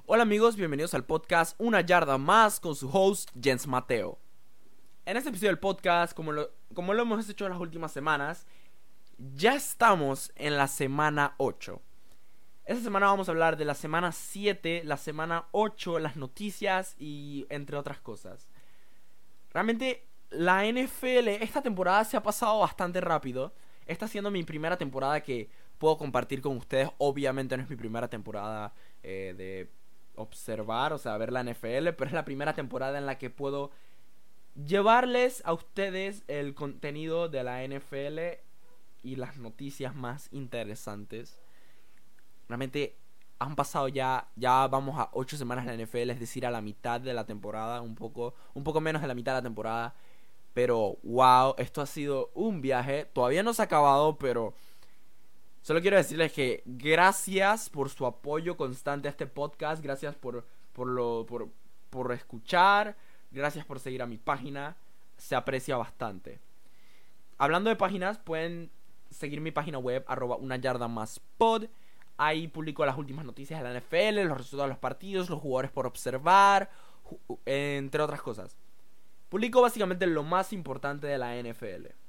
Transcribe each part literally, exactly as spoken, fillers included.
Hola amigos, bienvenidos al podcast Una Yarda Más con su host Jens Mateo. En este episodio del podcast, como lo, como lo hemos hecho en las últimas semanas, ya estamos en la semana ocho. Esta semana vamos a hablar de la semana siete, la semana ocho, las noticias y entre otras cosas. Realmente la N F L esta temporada se ha pasado bastante rápido. Esta siendo mi primera temporada que puedo compartir con ustedes. Obviamente no es mi primera temporada eh, de observar, o sea, ver la N F L, pero es la primera temporada en la que puedo llevarles a ustedes el contenido de la N F L y las noticias más interesantes. Realmente han pasado ya, ya vamos a ocho semanas de la N F L, es decir, a la mitad de la temporada, un poco, un poco menos de la mitad de la temporada. Pero wow, esto ha sido un viaje. Todavía no se ha acabado, pero solo quiero decirles que gracias por su apoyo constante a este podcast. Gracias por, por, lo, por, por escuchar. Gracias por seguir a mi página. Se aprecia bastante. Hablando de páginas, pueden seguir mi página web, arroba una yarda más pod. Ahí publico las últimas noticias de la N F L, los resultados de los partidos, los jugadores por observar, entre otras cosas. Publico básicamente lo más importante de la N F L.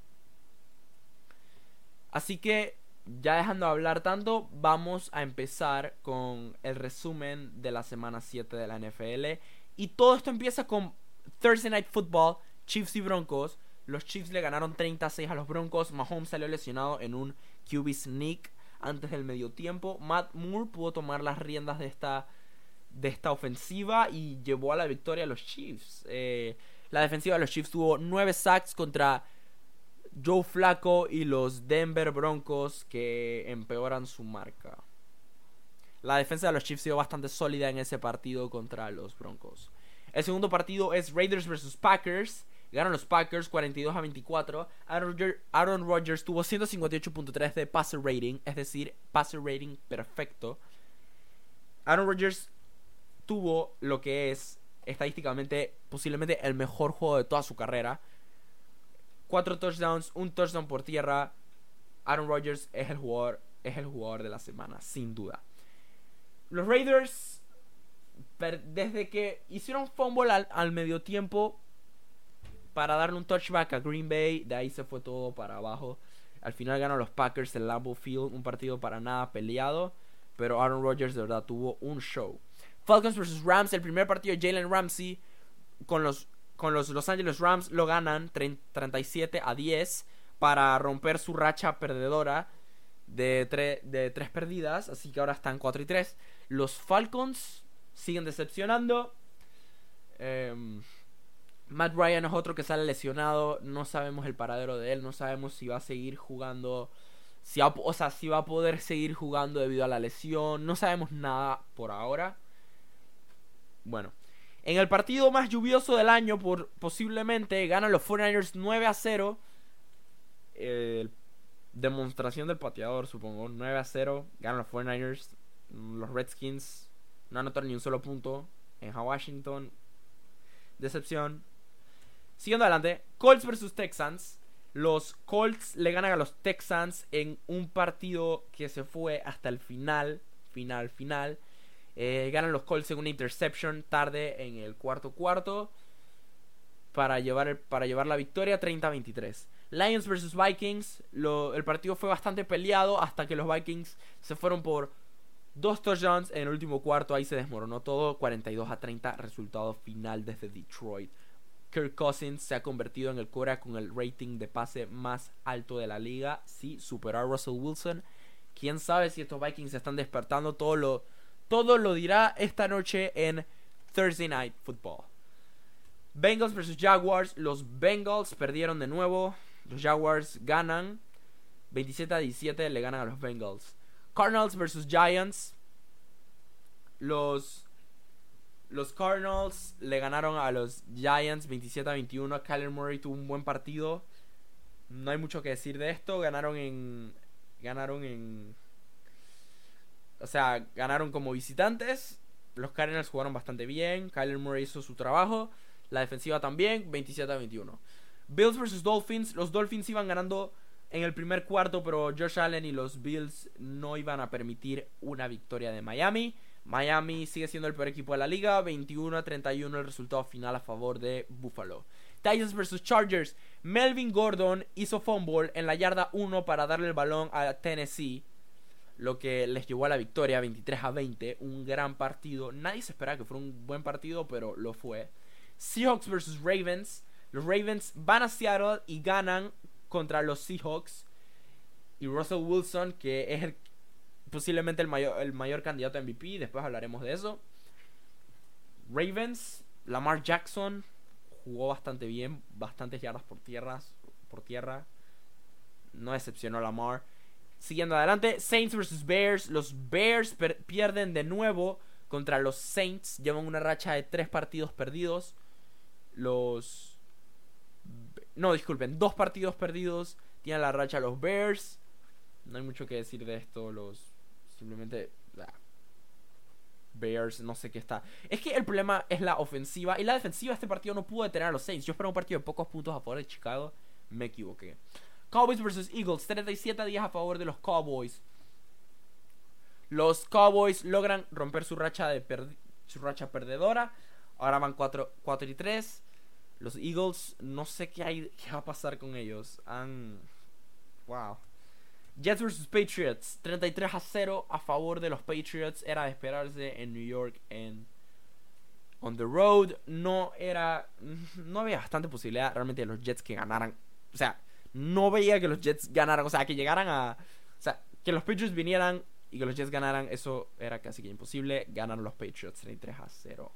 Así que, ya dejando de hablar tanto, vamos a empezar con el resumen de la semana siete de la N F L. Y todo esto empieza con Thursday Night Football, Chiefs y Broncos. Los Chiefs le ganaron treinta a seis a los Broncos. Mahomes salió lesionado en un Q B sneak antes del medio tiempo. Matt Moore pudo tomar las riendas de esta, de esta ofensiva y llevó a la victoria a los Chiefs. Eh, la defensiva de los Chiefs tuvo nueve sacks contra Joe Flacco y los Denver Broncos, que empeoran su marca. La defensa de los Chiefs ha sido bastante sólida en ese partido contra los Broncos. El segundo partido es Raiders versus Packers. Ganan los Packers cuarenta y dos a veinticuatro. Aaron, Aaron Rodgers tuvo ciento cincuenta y ocho punto tres de passer rating, es decir, passer rating perfecto. Aaron Rodgers tuvo lo que es estadísticamente posiblemente el mejor juego de toda su carrera. Cuatro touchdowns, un touchdown por tierra. Aaron Rodgers es el jugador, es el jugador de la semana, sin duda. Los Raiders, desde que hicieron fumble al, al medio tiempo para darle un touchback a Green Bay, de ahí se fue todo para abajo. Al final ganan los Packers en Lambeau Field, un partido para nada peleado, pero Aaron Rodgers de verdad tuvo un show. Falcons versus Rams, el primer partido de Jalen Ramsey con los Con los Los Angeles Rams lo ganan treinta y siete a diez para romper su racha perdedora de, tre- de tres perdidas. Así que ahora están cuatro y tres. Los Falcons siguen decepcionando. Eh, Matt Ryan es otro que sale lesionado. No sabemos el paradero de él. No sabemos si va a seguir jugando. Si va, o sea, si va a poder seguir jugando debido a la lesión. No sabemos nada por ahora. Bueno. En el partido más lluvioso del año, por, posiblemente, ganan los cuarenta y nueve ers nueve a cero. Eh, demostración del pateador, supongo. nueve a cero. Ganan los cuarenta y nueve ers. Los Redskins no anotaron ni un solo punto en Washington. Decepción. Siguiendo adelante, Colts versus Texans. Los Colts le ganan a los Texans en un partido que se fue hasta el final. Final, final. Eh, ganan los Colts en una interception tarde en el cuarto cuarto para llevar, para llevar la victoria treinta a veintitrés. Lions versus Vikings. Lo, el partido fue bastante peleado hasta que los Vikings se fueron por dos touchdowns en el último cuarto. Ahí se desmoronó todo. cuarenta y dos a treinta, resultado final desde Detroit. Kirk Cousins se ha convertido en el quarterback con el rating de pase más alto de la liga. Sí, superó a Russell Wilson. Quién sabe si estos Vikings se están despertando. Todo lo Todo lo dirá esta noche en Thursday Night Football. Bengals versus Jaguars. Los Bengals perdieron de nuevo. Los Jaguars ganan veintisiete a diecisiete. Le ganan a los Bengals. Cardinals versus Giants. Los, los Cardinals le ganaron a los Giants veintisiete a veintiuno. Kyler Murray tuvo un buen partido. No hay mucho que decir de esto. Ganaron en... Ganaron en... O sea, ganaron como visitantes. Los Cardinals jugaron bastante bien. Kyler Murray hizo su trabajo. La defensiva también. veintisiete a veintiuno. Bills versus Dolphins. Los Dolphins iban ganando en el primer cuarto, pero Josh Allen y los Bills no iban a permitir una victoria de Miami. Miami sigue siendo el peor equipo de la liga. veintiuno a treinta y uno el resultado final a favor de Buffalo. Titans versus Chargers. Melvin Gordon hizo fumble en la yarda uno para darle el balón a Tennessee, lo que les llevó a la victoria veintitrés a veinte. Un gran partido. Nadie se esperaba que fuera un buen partido, pero lo fue. Seahawks versus Ravens. Los Ravens van a Seattle y ganan contra los Seahawks. Y Russell Wilson, que es el, posiblemente el mayor, el mayor candidato a M V P. Después hablaremos de eso. Ravens. Lamar Jackson jugó bastante bien. Bastantes yardas por, tierras, por tierra. No decepcionó a Lamar. Siguiendo adelante, Saints versus Bears. Los Bears pierden de nuevo contra los Saints. Llevan una racha de tres partidos perdidos. Los... No, disculpen, dos partidos perdidos. Tienen la racha los Bears. No hay mucho que decir de esto. Los... Simplemente... Ah, Bears, no sé qué está. Es que el problema es la ofensiva. Y la defensiva de este partido no pudo detener a los Saints. Yo esperaba un partido de pocos puntos a favor de Chicago. Me equivoqué. Cowboys versus Eagles, treinta y siete a diez a favor de los Cowboys. Los Cowboys logran romper su racha de perdi- su racha perdedora. Ahora van cuatro y tres. Los Eagles, no sé qué hay, qué va a pasar con ellos. Han... Wow. Jets versus Patriots, treinta y tres a cero a favor de los Patriots. Era de esperarse en New York, en on the road. No era, no había bastante posibilidad realmente de los Jets que ganaran. O sea, no veía que los Jets ganaran, o sea, que llegaran a... O sea, que los Patriots vinieran y que los Jets ganaran, eso era casi que imposible. Ganaron los Patriots treinta y tres a cero.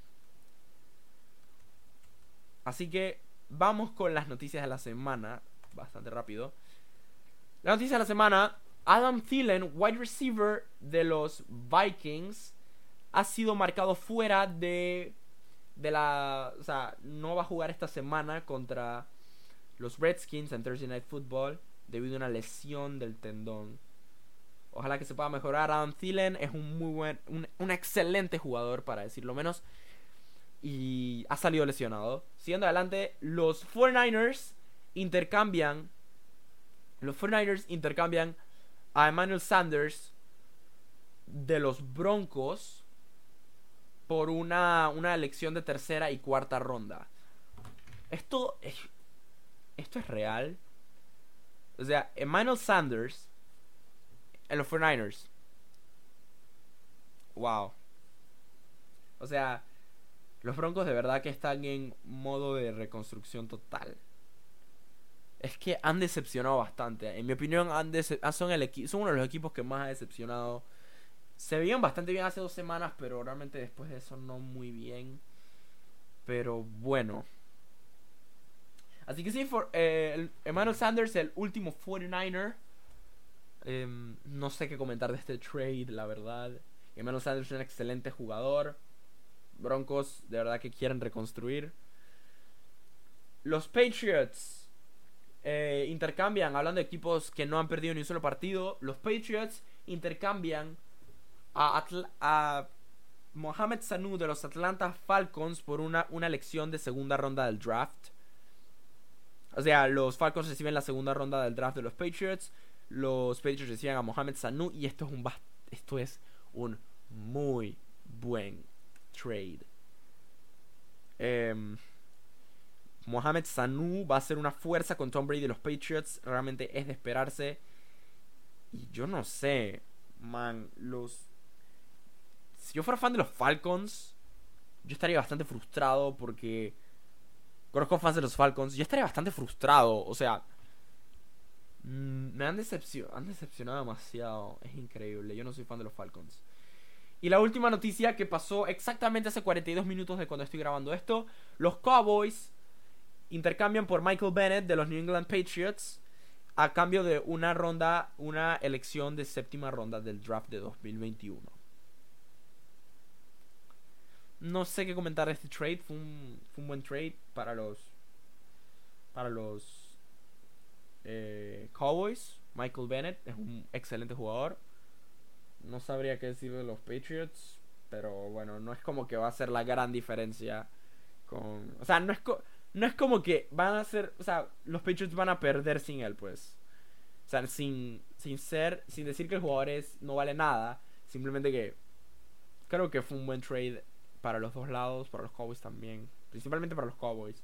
Así que vamos con las noticias de la semana, bastante rápido. La noticia de la semana, Adam Thielen, wide receiver de los Vikings, ha sido marcado fuera de, de la... O sea, no va a jugar esta semana contra los Redskins en Thursday Night Football debido a una lesión del tendón. Ojalá que se pueda mejorar. Adam Thielen es un muy buen, un, un excelente jugador, para decirlo menos, y ha salido lesionado. Siguiendo adelante, los cuarenta y nueve ers intercambian Los cuarenta y nueve ers intercambian a Emmanuel Sanders de los Broncos por una, una elección de tercera y cuarta ronda. Esto es, esto es real. O sea, Emmanuel Sanders en los cuarenta y nueve ers. Wow. O sea, los Broncos de verdad que están en modo de reconstrucción total. Es que han decepcionado bastante. En mi opinión, han dece- son, el equi- son uno de los equipos que más ha decepcionado. Se veían bastante bien hace dos semanas, pero realmente después de eso no muy bien. Pero bueno. Así que sí, for, eh, el Emmanuel Sanders, el último cuarenta y nueve er. Eh, no sé qué comentar de este trade, la verdad. Emmanuel Sanders es un excelente jugador. Broncos, de verdad que quieren reconstruir. Los Patriots eh, intercambian, hablando de equipos que no han perdido ni un solo partido. Los Patriots intercambian a, Atl- a Mohamed Sanu de los Atlanta Falcons por una, una elección de segunda ronda del draft. O sea, los Falcons reciben la segunda ronda del draft de los Patriots. Los Patriots reciben a Mohamed Sanu. Y esto es un, esto es un muy buen trade. Eh, Mohamed Sanu va a ser una fuerza con Tom Brady de los Patriots. Realmente es de esperarse. Y yo no sé, man, los... Si yo fuera fan de los Falcons, yo estaría bastante frustrado porque... Conozco fans de los Falcons. Yo estaría bastante frustrado. O sea... Mmm, me han, decepcion- han decepcionado demasiado. Es increíble. Yo no soy fan de los Falcons. Y la última noticia que pasó exactamente hace cuarenta y dos minutos de cuando estoy grabando esto. Los Cowboys intercambian por Michael Bennett de los New England Patriots a cambio de una ronda, una elección de séptima ronda del draft de dos mil veintiuno. No sé qué comentar de este trade. Fue un, fue un buen trade para los para los eh, Cowboys. Michael Bennett es un excelente jugador. No sabría qué decir de los Patriots, pero bueno, no es como que va a ser la gran diferencia con... O sea, no es, co- no es como que van a ser... O sea, los Patriots van a perder sin él, pues. O sea, sin, sin ser... Sin decir que el jugador es, no vale nada. Simplemente que Creo que fue un buen trade para los dos lados, para los Cowboys también. Principalmente para los Cowboys.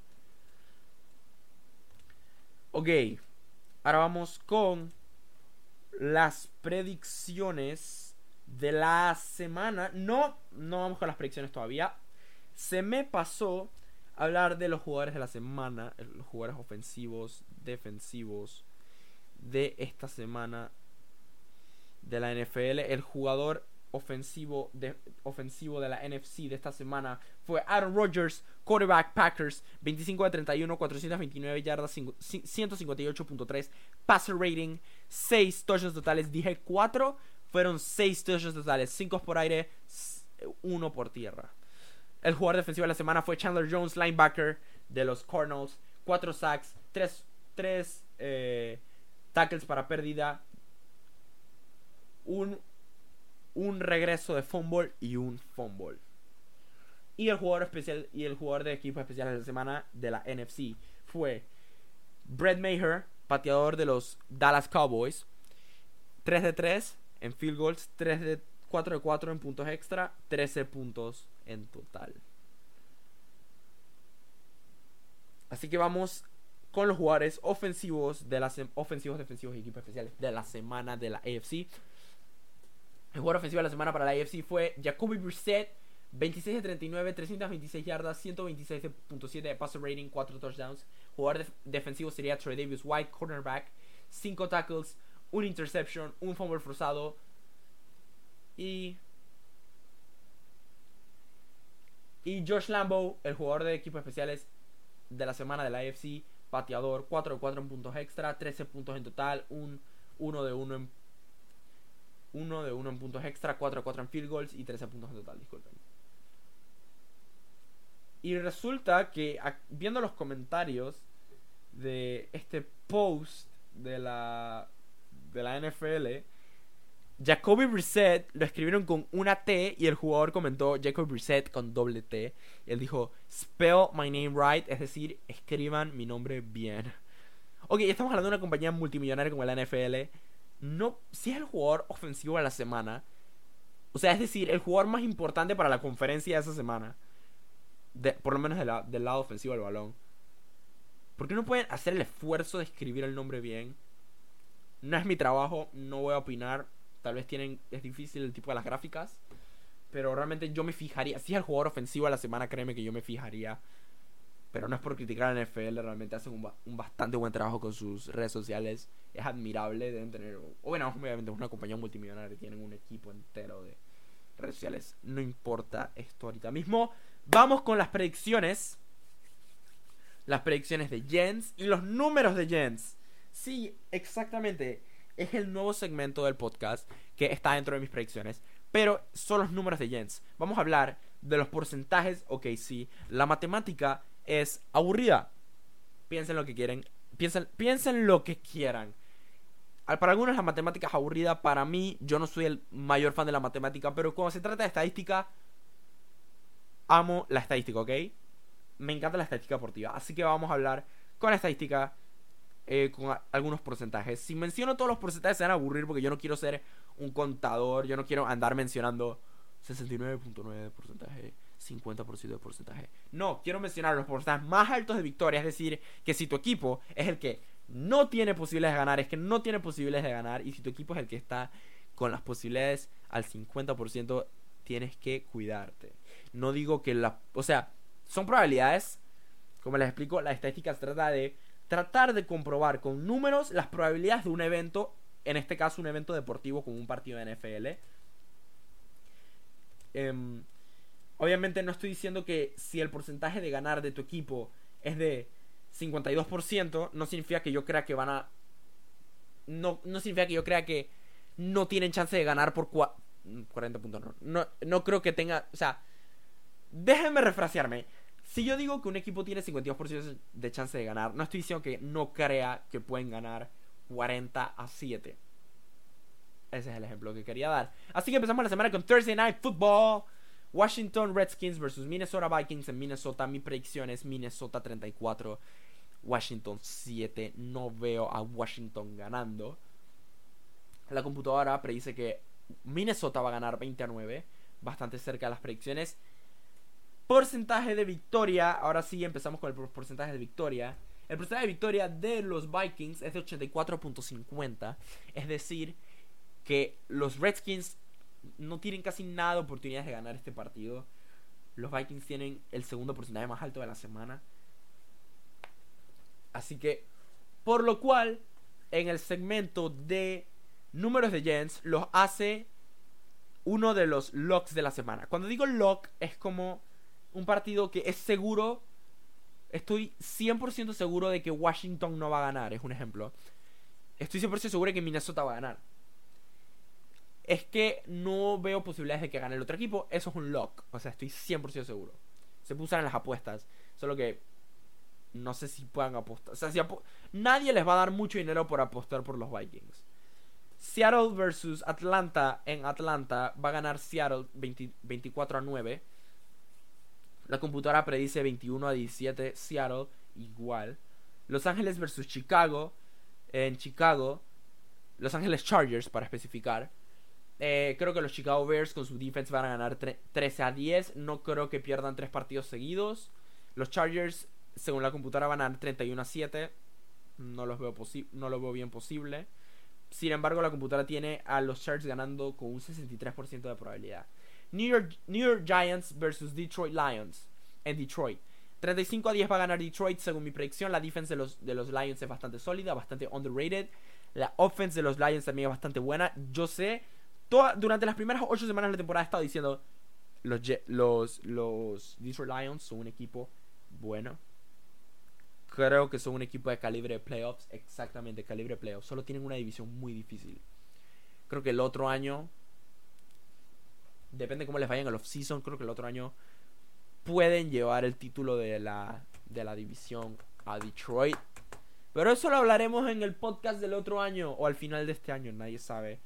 Ok, ahora vamos con las predicciones de la semana. No, no vamos con las predicciones todavía. Se me pasó hablar de los jugadores de la semana, los jugadores ofensivos, defensivos de esta semana de la N F L. El jugador ofensivo de, ofensivo de la N F C de esta semana fue Aaron Rodgers, quarterback Packers, veinticinco de treinta y uno, cuatrocientas veintinueve yardas, ciento cincuenta y ocho punto tres passer rating, seis touchdowns totales. Dije cuatro, fueron seis touchdowns totales, cinco por aire, uno por tierra. El jugador defensivo de la semana fue Chandler Jones, linebacker de los Cardinals, cuatro sacks, tres eh, tackles para pérdida, un un regreso de fumble y un fumble. Y el jugador especial y el jugador de equipo especial de la semana de la N F C fue Brett Maher, pateador de los Dallas Cowboys, tres de tres en field goals, tres de cuatro de cuatro en puntos extra, trece puntos en total. Así que vamos con los jugadores ofensivos de las ofensivos, defensivos y equipos especiales de la semana de la A F C. El jugador ofensivo de la semana para la A F C fue Jacoby Brissett, veintiséis de treinta y nueve, trescientas veintiséis yardas, ciento veintiséis punto siete de passer rating, cuatro touchdowns. Jugador def defensivo sería Trey Davis White, cornerback, cinco tackles, un interception, un fumble forzado y y Josh Lambo, el jugador de equipos especiales de la semana de la A F C, pateador, cuatro de cuatro en puntos extra, trece puntos en total, un uno de uno en uno de uno en puntos extra, cuatro de cuatro en field goals y trece puntos en total, disculpen. Y resulta que viendo los comentarios de este post de la de la N F L, Jacoby Brissett lo escribieron con una T y el jugador comentó Jacoby Brissett con doble T. Y él dijo spell my name right, es decir, escriban mi nombre bien. Ok, estamos hablando de una compañía multimillonaria como la N F L. No, si es el jugador ofensivo de la semana, o sea, es decir, el jugador más importante para la conferencia de esa semana, de, por lo menos de la, del lado ofensivo del balón, ¿por qué no pueden hacer el esfuerzo de escribir el nombre bien? No es mi trabajo, no voy a opinar. Tal vez tienen, es difícil el tipo de las gráficas, pero realmente yo me fijaría. Si es el jugador ofensivo de la semana, créeme que yo me fijaría. Pero no es por criticar a la N F L, realmente hacen un, un bastante buen trabajo con sus redes sociales. Es admirable, deben tener... O bueno, obviamente es una compañía multimillonaria, tienen un equipo entero de redes sociales. No importa esto ahorita mismo. Vamos con las predicciones. Las predicciones de Jens y los números de Jens. Sí, exactamente. Es el nuevo segmento del podcast que está dentro de mis predicciones. Pero son los números de Jens. Vamos a hablar de los porcentajes. Ok, sí, la matemática es aburrida. Piensen lo que quieren. Piensen, piensen lo que quieran. Para algunos la matemática es aburrida. Para mí, yo no soy el mayor fan de la matemática. Pero cuando se trata de estadística, amo la estadística, ¿ok? Me encanta la estadística deportiva. Así que vamos a hablar con la estadística, eh, con a, algunos porcentajes. Si menciono todos los porcentajes se van a aburrir, porque yo no quiero ser un contador. Yo no quiero andar mencionando sesenta y nueve punto nueve de porcentaje, cincuenta por ciento de porcentaje. No, quiero mencionar los porcentajes más altos de victoria. Es decir, que si tu equipo es el que no tiene posibilidades de ganar, es que no tiene posibilidades de ganar. Y si tu equipo es el que está con las posibilidades al cincuenta por ciento, tienes que cuidarte. No digo que la... O sea, son probabilidades. Como les explico, la estadística se trata de tratar de comprobar con números las probabilidades de un evento. En este caso, un evento deportivo como un partido de N F L. Um, obviamente no estoy diciendo que si el porcentaje de ganar de tu equipo es de cincuenta y dos por ciento, no significa que yo crea que van a... No, no significa que yo crea que no tienen chance de ganar por cua... cuarenta puntos. No, no, no creo que tenga... O sea, déjenme refrasearme. Si yo digo que un equipo tiene cincuenta y dos por ciento de chance de ganar, no estoy diciendo que no crea que pueden ganar cuarenta a siete. Ese es el ejemplo que quería dar. Así que empezamos la semana con Thursday Night Football. Washington Redskins versus Minnesota Vikings en Minnesota. Mi predicción es Minnesota treinta y cuatro, Washington siete. No veo a Washington ganando. La computadora predice que Minnesota va a ganar veinte a nueve. bastante cerca de las predicciones. Porcentaje de victoria. Ahora sí empezamos con el porcentaje de victoria. El porcentaje de victoria de los Vikings es de ochenta y cuatro punto cincuenta. Es decir, que los Redskins no tienen casi nada de oportunidades de ganar este partido. Los Vikings tienen el segundo porcentaje más alto de la semana. Así que, por lo cual, en el segmento de números de Jets, los hace uno de los locks de la semana. Cuando digo lock, es como un partido que es seguro. Estoy cien por ciento seguro de que Washington no va a ganar, es un ejemplo. Estoy cien por ciento seguro de que Minnesota va a ganar. Es que no veo posibilidades de que gane el otro equipo. Eso es un lock. O sea, estoy cien por ciento seguro. Se puso en las apuestas. Solo que no sé si puedan apostar. O sea, si apo- nadie les va a dar mucho dinero por apostar por los Vikings. Seattle versus Atlanta. En Atlanta va a ganar Seattle veinte, veinticuatro a nueve. La computadora predice veintiuno a diecisiete. Seattle igual. Los Ángeles versus Chicago. En Chicago, Los Ángeles Chargers, para especificar. Eh, creo que los Chicago Bears con su defense van a ganar trece a diez. No creo que pierdan tres partidos seguidos. Los Chargers, según la computadora, van a ganar treinta y uno a siete. No los veo posi- no lo veo bien posible. Sin embargo, la computadora tiene a los Chargers ganando con un sesenta y tres por ciento de probabilidad. New York, New York Giants versus Detroit Lions. En Detroit, treinta y cinco a diez va a ganar Detroit. Según mi predicción, la defense de los, de los Lions es bastante sólida, bastante underrated. La offense de los Lions también es bastante buena. Yo sé, toda, durante las primeras ocho semanas de la temporada he estado diciendo los, los, los Detroit Lions son un equipo bueno. Creo que son un equipo de calibre de playoffs. Exactamente, calibre de playoffs. Solo tienen una división muy difícil. Creo que el otro año, depende cómo les vayan al off-season, creo que el otro año pueden llevar el título de la, de la división a Detroit. Pero eso lo hablaremos en el podcast del otro año o al final de este año, nadie sabe.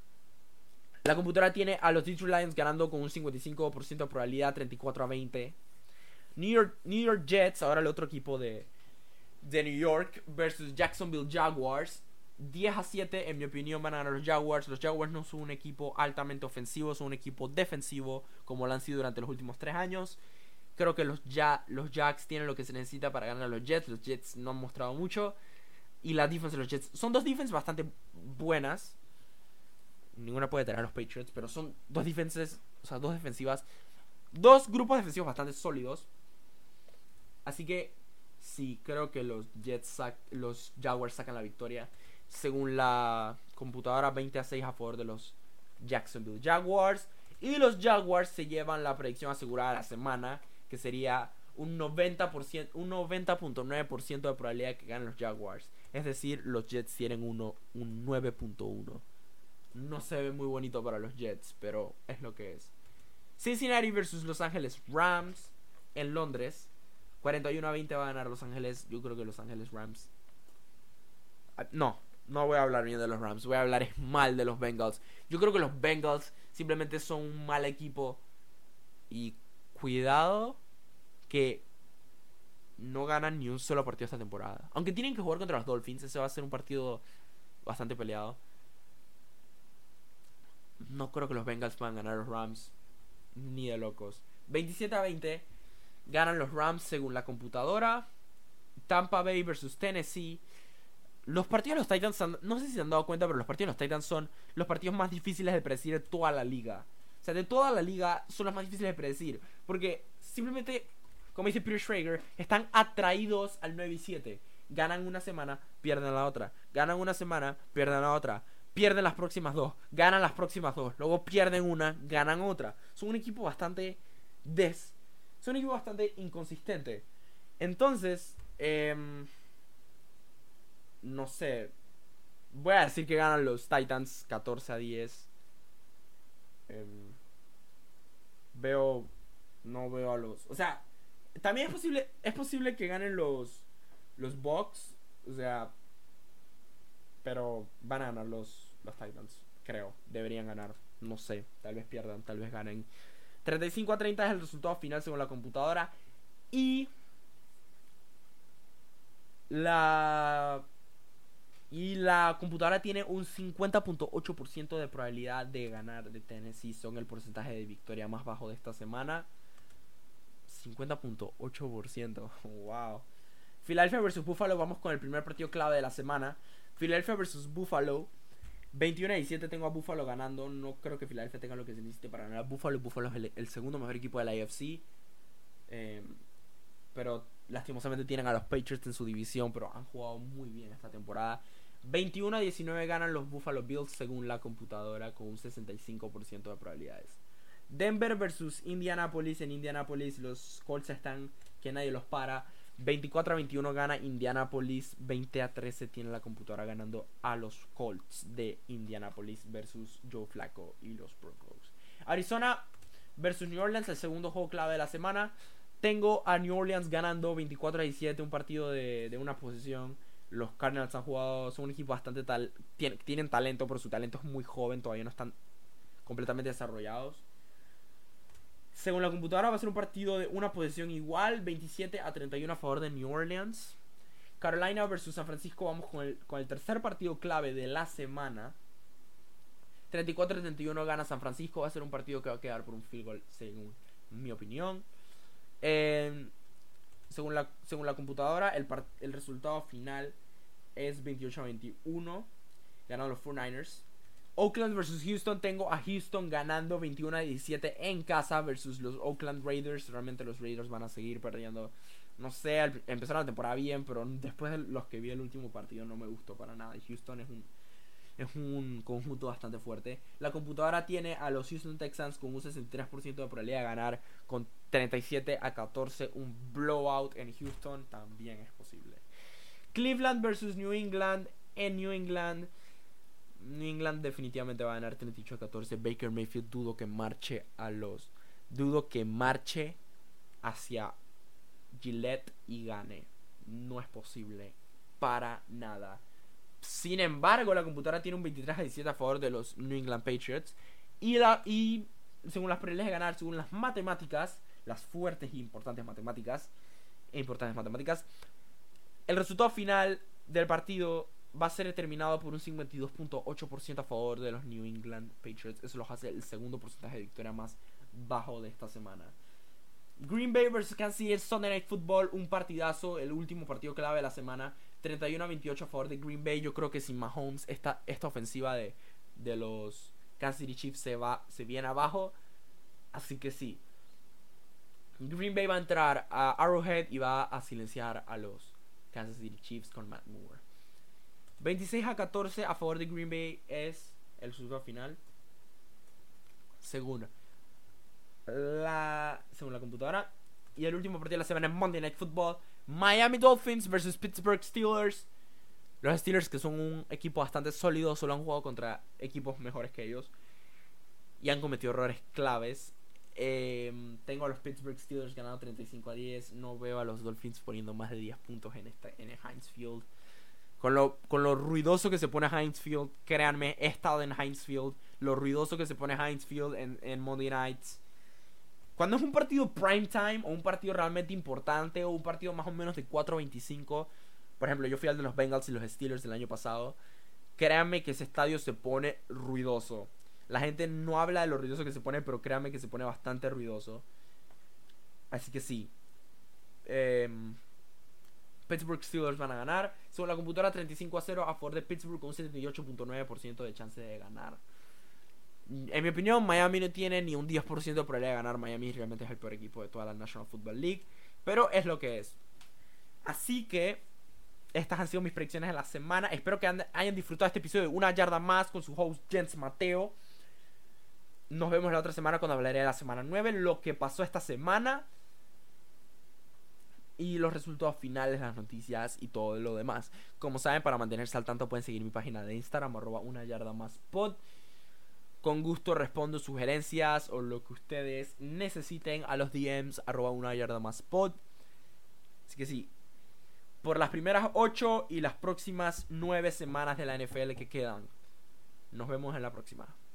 La computadora tiene a los Detroit Lions ganando con un cincuenta y cinco por ciento de probabilidad, treinta y cuatro a veinte. New York, New York Jets, ahora el otro equipo de, de New York, versus Jacksonville Jaguars. diez a siete, en mi opinión, van a ganar los Jaguars. Los Jaguars no son un equipo altamente ofensivo, son un equipo defensivo, como lo han sido durante los últimos tres años. Creo que los, ja los Jacks tienen lo que se necesita para ganar a los Jets. Los Jets no han mostrado mucho. Y la defensa de los Jets son dos defensas bastante buenas. Ninguna puede tener a los Patriots, pero son dos defensas, o sea, dos defensivas, dos grupos defensivos bastante sólidos. Así que sí, creo que los Jets, los Jaguars sacan la victoria. Según la computadora, veinte a seis a favor de los Jacksonville Jaguars. Y los Jaguars se llevan la predicción asegurada de la semana, que sería un noventa por ciento, un noventa punto nueve por ciento de probabilidad de que ganen los Jaguars. Es decir, los Jets tienen uno, un nueve punto uno. No se ve muy bonito para los Jets, pero es lo que es. Cincinnati versus Los Ángeles Rams en Londres. cuarenta y uno a veinte va a ganar Los Ángeles. Yo creo que Los Ángeles Rams... No, no voy a hablar bien de los Rams. Voy a hablar mal de los Bengals. Yo creo que los Bengals simplemente son un mal equipo. Y cuidado que no ganan ni un solo partido esta temporada. Aunque tienen que jugar contra los Dolphins. Ese va a ser un partido bastante peleado. No creo que los Bengals puedan ganar a los Rams. Ni de locos. veintisiete a veinte ganan los Rams según la computadora. Tampa Bay versus Tennessee. Los partidos de los Titans, no sé si se han dado cuenta, pero los partidos de los Titans son los partidos más difíciles de predecir de toda la liga. O sea, de toda la liga son los más difíciles de predecir. Porque simplemente, como dice Peter Schrager, están atraídos al nueve y siete. Ganan una semana, pierden la otra. Ganan una semana, pierden la otra. Pierden las próximas dos, ganan las próximas dos. Luego pierden una, ganan otra. Son un equipo bastante des... Son un equipo bastante inconsistente. Entonces, eh, no sé. Voy a decir que ganan los Titans catorce a diez. Eh, veo... No veo a los... O sea, también es posible... Es posible que ganen los... Los Bucks. O sea... Pero van a ganar los, los Titans. Creo. Deberían ganar. No sé. Tal vez pierdan. Tal vez ganen. treinta y cinco a treinta es el resultado final según la computadora. Y... La... Y la computadora tiene un cincuenta punto ocho por ciento de probabilidad de ganar de Tennessee. Son el porcentaje de victoria más bajo de esta semana. cincuenta punto ocho por ciento. Wow. Philadelphia versus Buffalo. Vamos con el primer partido clave de la semana. Philadelphia versus Buffalo. veintiuno a diecisiete tengo a Buffalo ganando. No creo que Philadelphia tenga lo que se necesite para ganar a Buffalo. Buffalo es el, el segundo mejor equipo de la A F C. Eh, pero lastimosamente tienen a los Patriots en su división. Pero han jugado muy bien esta temporada. veintiuno a diecinueve ganan los Buffalo Bills según la computadora con un sesenta y cinco por ciento de probabilidades. Denver versus Indianapolis. En Indianapolis los Colts están que nadie los para. veinticuatro a veintiuno gana Indianapolis. veinte a trece tiene la computadora ganando a los Colts de Indianapolis versus Joe Flacco y los Broncos. Arizona versus New Orleans, el segundo juego clave de la semana. Tengo a New Orleans ganando veinticuatro a diecisiete, un partido de, de una posesión. Los Cardinals han jugado, son un equipo bastante tal, tienen, tienen talento, pero su talento es muy joven, todavía no están completamente desarrollados. Según la computadora va a ser un partido de una posesión igual, veintisiete a treinta y uno a favor de New Orleans. Carolina versus San Francisco, vamos con el, con el tercer partido clave de la semana. treinta y cuatro a treinta y uno gana San Francisco, va a ser un partido que va a quedar por un field goal, según mi opinión. Eh, según, la, según la computadora, el, part, el resultado final es veintiocho a veintiuno, ganan los cuarenta y nueve ers. Oakland versus Houston, tengo a Houston ganando veintiuno a diecisiete en casa versus los Oakland Raiders. Realmente los Raiders van a seguir perdiendo. No sé, empezaron la temporada bien, pero después de los que vi el último partido no me gustó para nada. Y Houston es un, es un conjunto bastante fuerte. La computadora tiene a los Houston Texans con un sesenta y tres por ciento de probabilidad de ganar, con treinta y siete a catorce. Un blowout en Houston también es posible. Cleveland versus New England. En New England, New England definitivamente va a ganar treinta y ocho a catorce. Baker Mayfield dudo que marche a los dudo que marche hacia Gillette y gane. No es posible para nada. Sin embargo, la computadora tiene un veintitrés a diecisiete a favor de los New England Patriots. Y, la, y según las probabilidades de ganar, según las matemáticas, las fuertes e importantes matemáticas, e importantes matemáticas, el resultado final del partido va a ser determinado por un cincuenta y dos punto ocho por ciento a favor de los New England Patriots. Eso los hace el segundo porcentaje de victoria más bajo de esta semana. Green Bay versus Kansas City, Sunday Night Football, un partidazo, el último partido clave de la semana. treinta y uno a veintiocho a favor de Green Bay. Yo creo que sin Mahomes esta, esta ofensiva de, de los Kansas City Chiefs se va se viene abajo. Así que sí, Green Bay va a entrar a Arrowhead y va a silenciar a los Kansas City Chiefs con Matt Moore. veintiséis a catorce a favor de Green Bay es el resultado final. Según la, según la computadora. Y el último partido de la semana es Monday Night Football. Miami Dolphins versus Pittsburgh Steelers. Los Steelers, que son un equipo bastante sólido, solo han jugado contra equipos mejores que ellos y han cometido errores claves. Eh, tengo a los Pittsburgh Steelers ganando treinta y cinco a diez. No veo a los Dolphins poniendo más de diez puntos en, esta, en el Heinz Field. Con lo, con lo ruidoso que se pone Heinz Field, créanme, he estado en Heinz Field. Lo ruidoso que se pone Heinz Field en, en Monday Nights. Cuando es un partido prime time o un partido realmente importante o un partido más o menos de cuatro a veinticinco, por ejemplo, yo fui al de los Bengals y los Steelers del año pasado, créanme que ese estadio se pone ruidoso. La gente no habla de lo ruidoso que se pone, pero créanme que se pone bastante ruidoso. Así que sí, eh, Pittsburgh Steelers van a ganar. Según la computadora, treinta y cinco a cero a favor de Pittsburgh con un setenta y ocho punto nueve por ciento de chance de ganar. En mi opinión, Miami no tiene ni un diez por ciento de probabilidad de ganar. Miami realmente es el peor equipo de toda la National Football League, pero es lo que es. Así que estas han sido mis predicciones de la semana. Espero que hayan disfrutado este episodio de Una Yarda Más con su host Jens Mateo. Nos vemos la otra semana cuando hablaré de la semana nueve, lo que pasó esta semana y los resultados finales, las noticias y todo lo demás. Como saben, para mantenerse al tanto pueden seguir mi página de Instagram, arroba una yarda más pod. Con gusto respondo sugerencias o lo que ustedes necesiten a los D Ms, arroba una yarda más pod. Así que sí, por las primeras ocho y las próximas nueve semanas de la N F L que quedan, nos vemos en la próxima.